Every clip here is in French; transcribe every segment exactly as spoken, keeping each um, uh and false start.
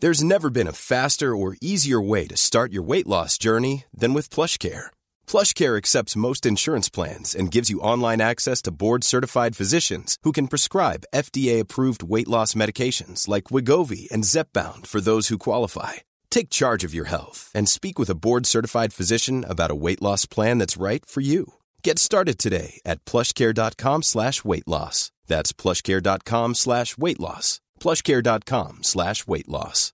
There's never been a faster or easier way to start your weight loss journey than with PlushCare. PlushCare accepts most insurance plans and gives you online access to board-certified physicians who can prescribe F D A-approved weight loss medications like Wegovy and Zepbound for those who qualify. Take charge of your health and speak with a board-certified physician about a weight loss plan that's right for you. Get started today at plushcare.com slash weight loss. That's plushcare.com slash weight loss. plushcare.com slash weight loss.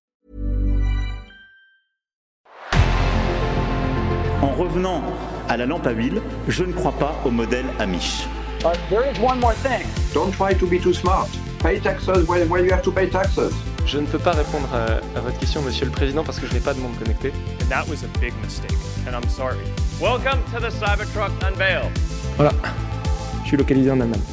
En revenant à la lampe à huile, je ne crois pas au modèle Amish. Uh, there is one more thing. Don't try to be too smart. Pay taxes when, when you have to pay taxes. Je ne peux pas répondre à, à votre question, Monsieur le Président, parce que je n'ai pas de monde connecté. And that was a big mistake, and I'm sorry. Welcome to the Cybertruck Unveil. Voilà, je suis localisé en Allemagne.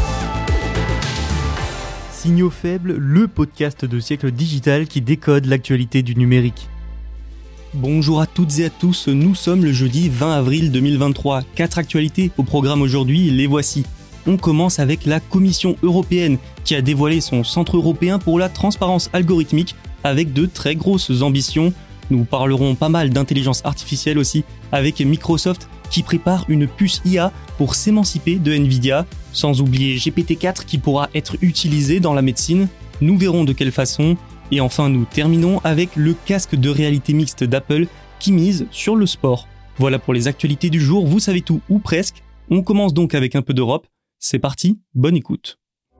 Signaux faibles, le podcast de Siècle Digital qui décode l'actualité du numérique. Bonjour à toutes et à tous, nous sommes le jeudi vingt avril deux mille vingt-trois. Quatre actualités au programme aujourd'hui, les voici. On commence avec la Commission européenne qui a dévoilé son Centre européen pour la transparence algorithmique avec de très grosses ambitions. Nous parlerons pas mal d'intelligence artificielle aussi avec Microsoft qui prépare une puce I A pour s'émanciper de Nvidia, sans oublier G P T quatre qui pourra être utilisé dans la médecine. Nous verrons de quelle façon. Et enfin, nous terminons avec le casque de réalité mixte d'Apple qui mise sur le sport. Voilà pour les actualités du jour, vous savez tout ou presque. On commence donc avec un peu d'Europe. C'est parti, bonne écoute.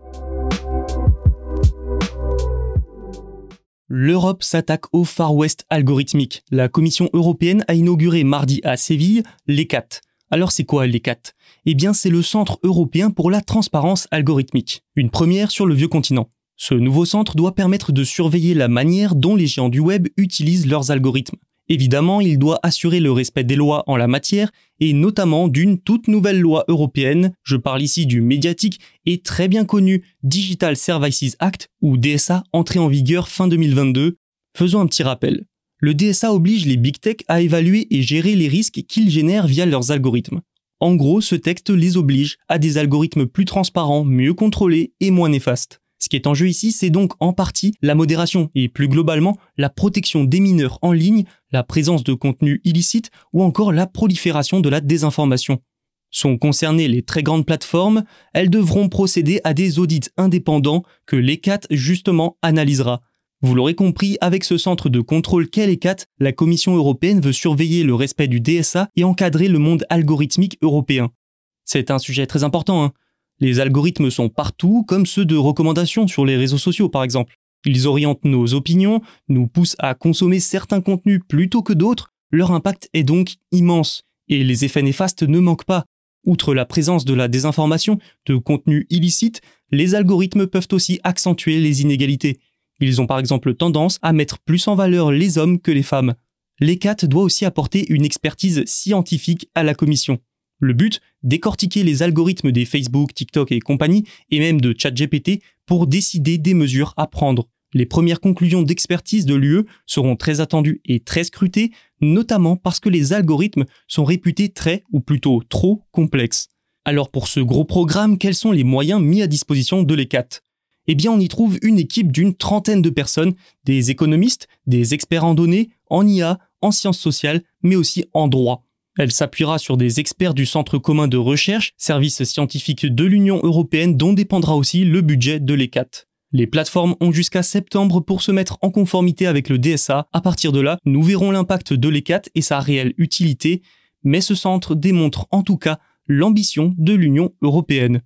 L'Europe s'attaque au Far West algorithmique. La Commission européenne a inauguré mardi à Séville l'E C A T. Alors c'est quoi l'E C A T ? Eh bien c'est le Centre européen pour la transparence algorithmique. Une première sur le vieux continent. Ce nouveau centre doit permettre de surveiller la manière dont les géants du web utilisent leurs algorithmes. Évidemment, il doit assurer le respect des lois en la matière et notamment d'une toute nouvelle loi européenne. Je parle ici du médiatique et très bien connu Digital Services Act ou D S A entré en vigueur fin deux mille vingt-deux. Faisons un petit rappel. Le D S A oblige les big tech à évaluer et gérer les risques qu'ils génèrent via leurs algorithmes. En gros, ce texte les oblige à des algorithmes plus transparents, mieux contrôlés et moins néfastes. Ce qui est en jeu ici, c'est donc en partie la modération et plus globalement la protection des mineurs en ligne, la présence de contenus illicites ou encore la prolifération de la désinformation. Sont concernées les très grandes plateformes, elles devront procéder à des audits indépendants que l'E C A T justement analysera. Vous l'aurez compris, avec ce centre de contrôle qu'est l'E C A T, la Commission européenne veut surveiller le respect du D S A et encadrer le monde algorithmique européen. C'est un sujet très important, hein. Les algorithmes sont partout, comme ceux de recommandation sur les réseaux sociaux par exemple. Ils orientent nos opinions, nous poussent à consommer certains contenus plutôt que d'autres, leur impact est donc immense. Et les effets néfastes ne manquent pas. Outre la présence de la désinformation, de contenus illicites, les algorithmes peuvent aussi accentuer les inégalités. Ils ont par exemple tendance à mettre plus en valeur les hommes que les femmes. L'E C A T doit aussi apporter une expertise scientifique à la Commission. Le but, décortiquer les algorithmes des Facebook, TikTok et compagnie, et même de ChatGPT, pour décider des mesures à prendre. Les premières conclusions d'expertise de l'U E seront très attendues et très scrutées, notamment parce que les algorithmes sont réputés très, ou plutôt trop, complexes. Alors pour ce gros programme, quels sont les moyens mis à disposition de l'E C A T ? Eh bien on y trouve une équipe d'une trentaine de personnes, des économistes, des experts en données, en I A, en sciences sociales, mais aussi en droit. Elle s'appuiera sur des experts du Centre commun de recherche, service scientifique de l'Union européenne dont dépendra aussi le budget de l'E C A T. Les plateformes ont jusqu'à septembre pour se mettre en conformité avec le D S A. À partir de là, nous verrons l'impact de l'E C A T et sa réelle utilité, mais ce centre démontre en tout cas l'ambition de l'Union européenne.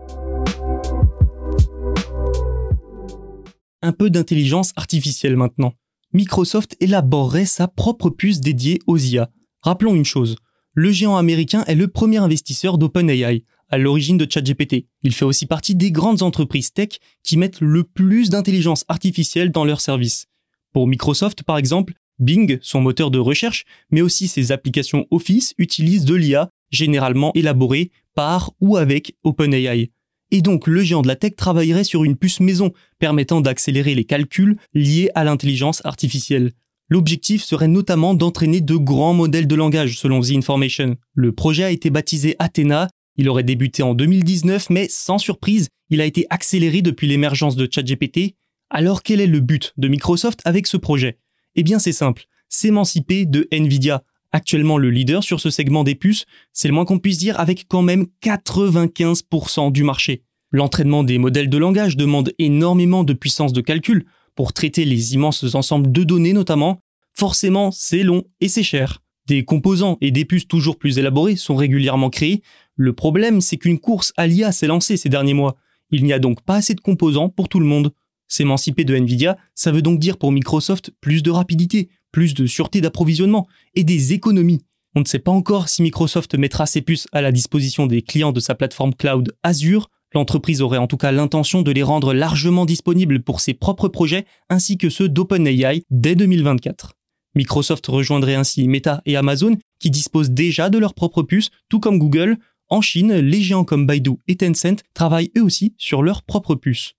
Un peu d'intelligence artificielle maintenant. Microsoft élaborerait sa propre puce dédiée aux I A. Rappelons une chose, le géant américain est le premier investisseur d'OpenAI, à l'origine de ChatGPT. Il fait aussi partie des grandes entreprises tech qui mettent le plus d'intelligence artificielle dans leurs services. Pour Microsoft, par exemple, Bing, son moteur de recherche, mais aussi ses applications Office, utilisent de l'I A, généralement élaborée par ou avec OpenAI. Et donc, le géant de la tech travaillerait sur une puce maison, permettant d'accélérer les calculs liés à l'intelligence artificielle. L'objectif serait notamment d'entraîner de grands modèles de langage, selon The Information. Le projet a été baptisé Athena, il aurait débuté en deux mille dix-neuf, mais sans surprise, il a été accéléré depuis l'émergence de ChatGPT. Alors quel est le but de Microsoft avec ce projet ? Eh bien c'est simple, s'émanciper de Nvidia, actuellement le leader sur ce segment des puces, c'est le moins qu'on puisse dire avec quand même quatre-vingt-quinze pour cent du marché. L'entraînement des modèles de langage demande énormément de puissance de calcul pour traiter les immenses ensembles de données notamment. Forcément, c'est long et c'est cher. Des composants et des puces toujours plus élaborés sont régulièrement créés. Le problème, c'est qu'une course à l'I A s'est lancée ces derniers mois. Il n'y a donc pas assez de composants pour tout le monde. S'émanciper de Nvidia, ça veut donc dire pour Microsoft plus de rapidité, plus de sûreté d'approvisionnement et des économies. On ne sait pas encore si Microsoft mettra ses puces à la disposition des clients de sa plateforme cloud Azure. L'entreprise aurait en tout cas l'intention de les rendre largement disponibles pour ses propres projets ainsi que ceux d'OpenAI dès deux mille vingt-quatre. Microsoft rejoindrait ainsi Meta et Amazon qui disposent déjà de leurs propres puces, tout comme Google. En Chine, les géants comme Baidu et Tencent travaillent eux aussi sur leurs propres puces.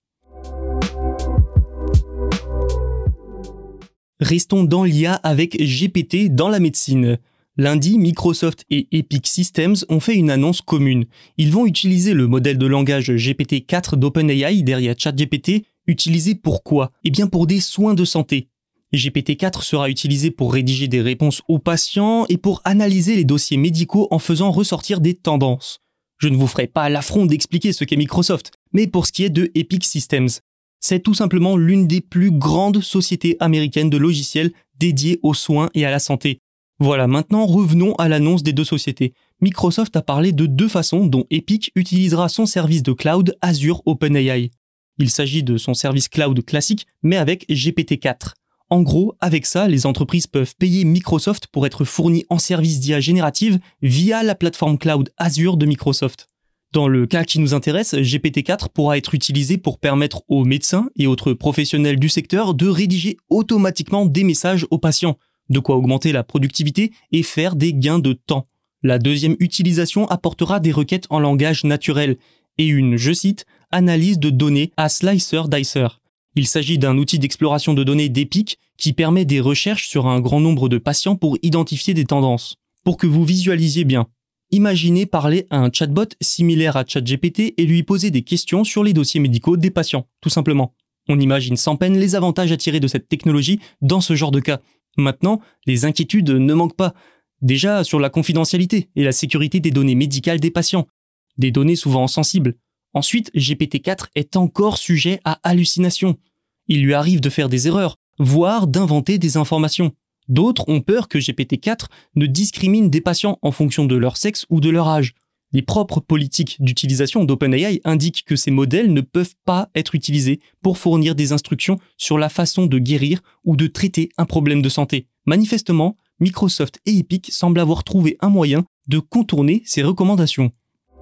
Restons dans l'I A avec G P T dans la médecine. Lundi, Microsoft et Epic Systems ont fait une annonce commune. Ils vont utiliser le modèle de langage G P T quatre d'OpenAI derrière ChatGPT. Utilisé pour quoi ? Eh bien pour des soins de santé. G P T quatre sera utilisé pour rédiger des réponses aux patients et pour analyser les dossiers médicaux en faisant ressortir des tendances. Je ne vous ferai pas l'affront d'expliquer ce qu'est Microsoft, mais pour ce qui est de Epic Systems, c'est tout simplement l'une des plus grandes sociétés américaines de logiciels dédiées aux soins et à la santé. Voilà, maintenant revenons à l'annonce des deux sociétés. Microsoft a parlé de deux façons dont Epic utilisera son service de cloud Azure OpenAI. Il s'agit de son service cloud classique, mais avec G P T quatre. En gros, avec ça, les entreprises peuvent payer Microsoft pour être fournies en service d'I A générative via la plateforme cloud Azure de Microsoft. Dans le cas qui nous intéresse, G P T quatre pourra être utilisé pour permettre aux médecins et autres professionnels du secteur de rédiger automatiquement des messages aux patients, de quoi augmenter la productivité et faire des gains de temps. La deuxième utilisation apportera des requêtes en langage naturel et une, je cite, « analyse de données à slicer dicer ». Il s'agit d'un outil d'exploration de données d'Epic qui permet des recherches sur un grand nombre de patients pour identifier des tendances. Pour que vous visualisiez bien, imaginez parler à un chatbot similaire à ChatGPT et lui poser des questions sur les dossiers médicaux des patients, tout simplement. On imagine sans peine les avantages à tirer de cette technologie dans ce genre de cas. Maintenant, les inquiétudes ne manquent pas. Déjà sur la confidentialité et la sécurité des données médicales des patients, des données souvent sensibles. Ensuite, G P T quatre est encore sujet à hallucination. Il lui arrive de faire des erreurs, voire d'inventer des informations. D'autres ont peur que G P T quatre ne discrimine des patients en fonction de leur sexe ou de leur âge. Les propres politiques d'utilisation d'OpenAI indiquent que ces modèles ne peuvent pas être utilisés pour fournir des instructions sur la façon de guérir ou de traiter un problème de santé. Manifestement, Microsoft et Epic semblent avoir trouvé un moyen de contourner ces recommandations.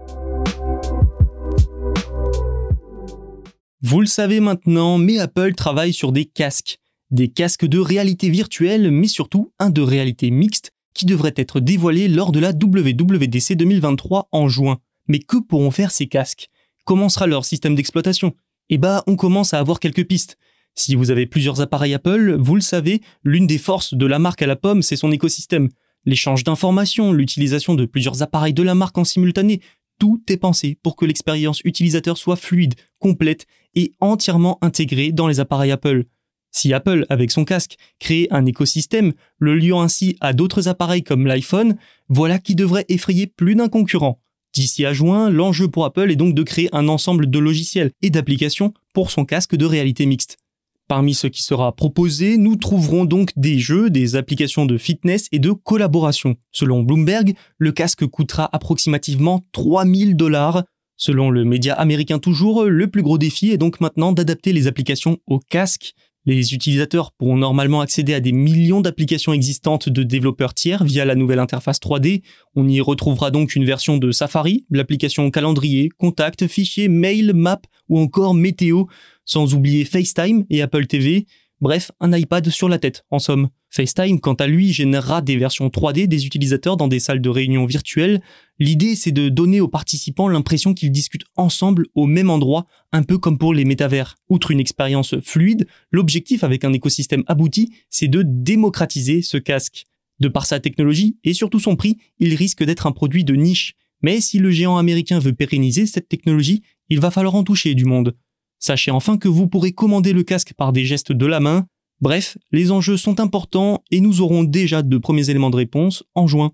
Vous le savez maintenant, mais Apple travaille sur des casques. Des casques de réalité virtuelle, mais surtout un de réalité mixte qui devrait être dévoilé lors de la W W D C deux mille vingt-trois en juin. Mais que pourront faire ces casques ? Comment sera leur système d'exploitation ? Eh bah, on commence à avoir quelques pistes. Si vous avez plusieurs appareils Apple, vous le savez, l'une des forces de la marque à la pomme, c'est son écosystème. L'échange d'informations, l'utilisation de plusieurs appareils de la marque en simultané, tout est pensé pour que l'expérience utilisateur soit fluide, complète et entièrement intégrée dans les appareils Apple. Si Apple, avec son casque, crée un écosystème, le liant ainsi à d'autres appareils comme l'iPhone, voilà qui devrait effrayer plus d'un concurrent. D'ici à juin, l'enjeu pour Apple est donc de créer un ensemble de logiciels et d'applications pour son casque de réalité mixte. Parmi ce qui sera proposé, nous trouverons donc des jeux, des applications de fitness et de collaboration. Selon Bloomberg, le casque coûtera approximativement trois mille dollars. Selon le média américain toujours, le plus gros défi est donc maintenant d'adapter les applications au casque. Les utilisateurs pourront normalement accéder à des millions d'applications existantes de développeurs tiers via la nouvelle interface trois D. On y retrouvera donc une version de Safari, l'application calendrier, contacts, fichiers, mail, map ou encore météo, sans oublier FaceTime et Apple T V. Bref, un iPad sur la tête, en somme. FaceTime, quant à lui, générera des versions trois D des utilisateurs dans des salles de réunion virtuelles. L'idée, c'est de donner aux participants l'impression qu'ils discutent ensemble au même endroit, un peu comme pour les métavers. Outre une expérience fluide, l'objectif avec un écosystème abouti, c'est de démocratiser ce casque. De par sa technologie et surtout son prix, il risque d'être un produit de niche. Mais si le géant américain veut pérenniser cette technologie, il va falloir en toucher du monde. Sachez enfin que vous pourrez commander le casque par des gestes de la main. Bref, les enjeux sont importants et nous aurons déjà de premiers éléments de réponse en juin.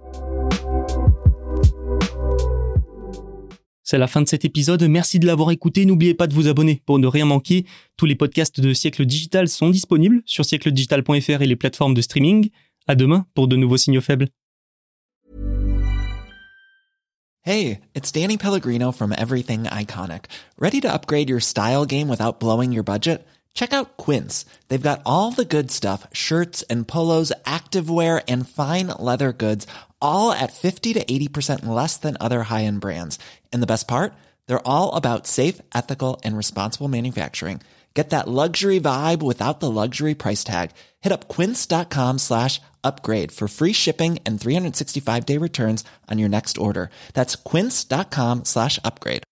C'est la fin de cet épisode, merci de l'avoir écouté, n'oubliez pas de vous abonner pour ne rien manquer. Tous les podcasts de Siècle Digital sont disponibles sur siècle digital point f r et les plateformes de streaming. À demain pour de nouveaux signaux faibles. Hey, it's Danny Pellegrino from Everything Iconic. Ready to upgrade your style game without blowing your budget? Check out Quince. They've got all the good stuff, shirts and polos, activewear and fine leather goods, all at fifty to eighty percent less than other high-end brands. And the best part? They're all about safe, ethical, and responsible manufacturing. Get that luxury vibe without the luxury price tag. Hit up quince.com slash upgrade for free shipping and three sixty-five day returns on your next order. That's quince.com slash upgrade.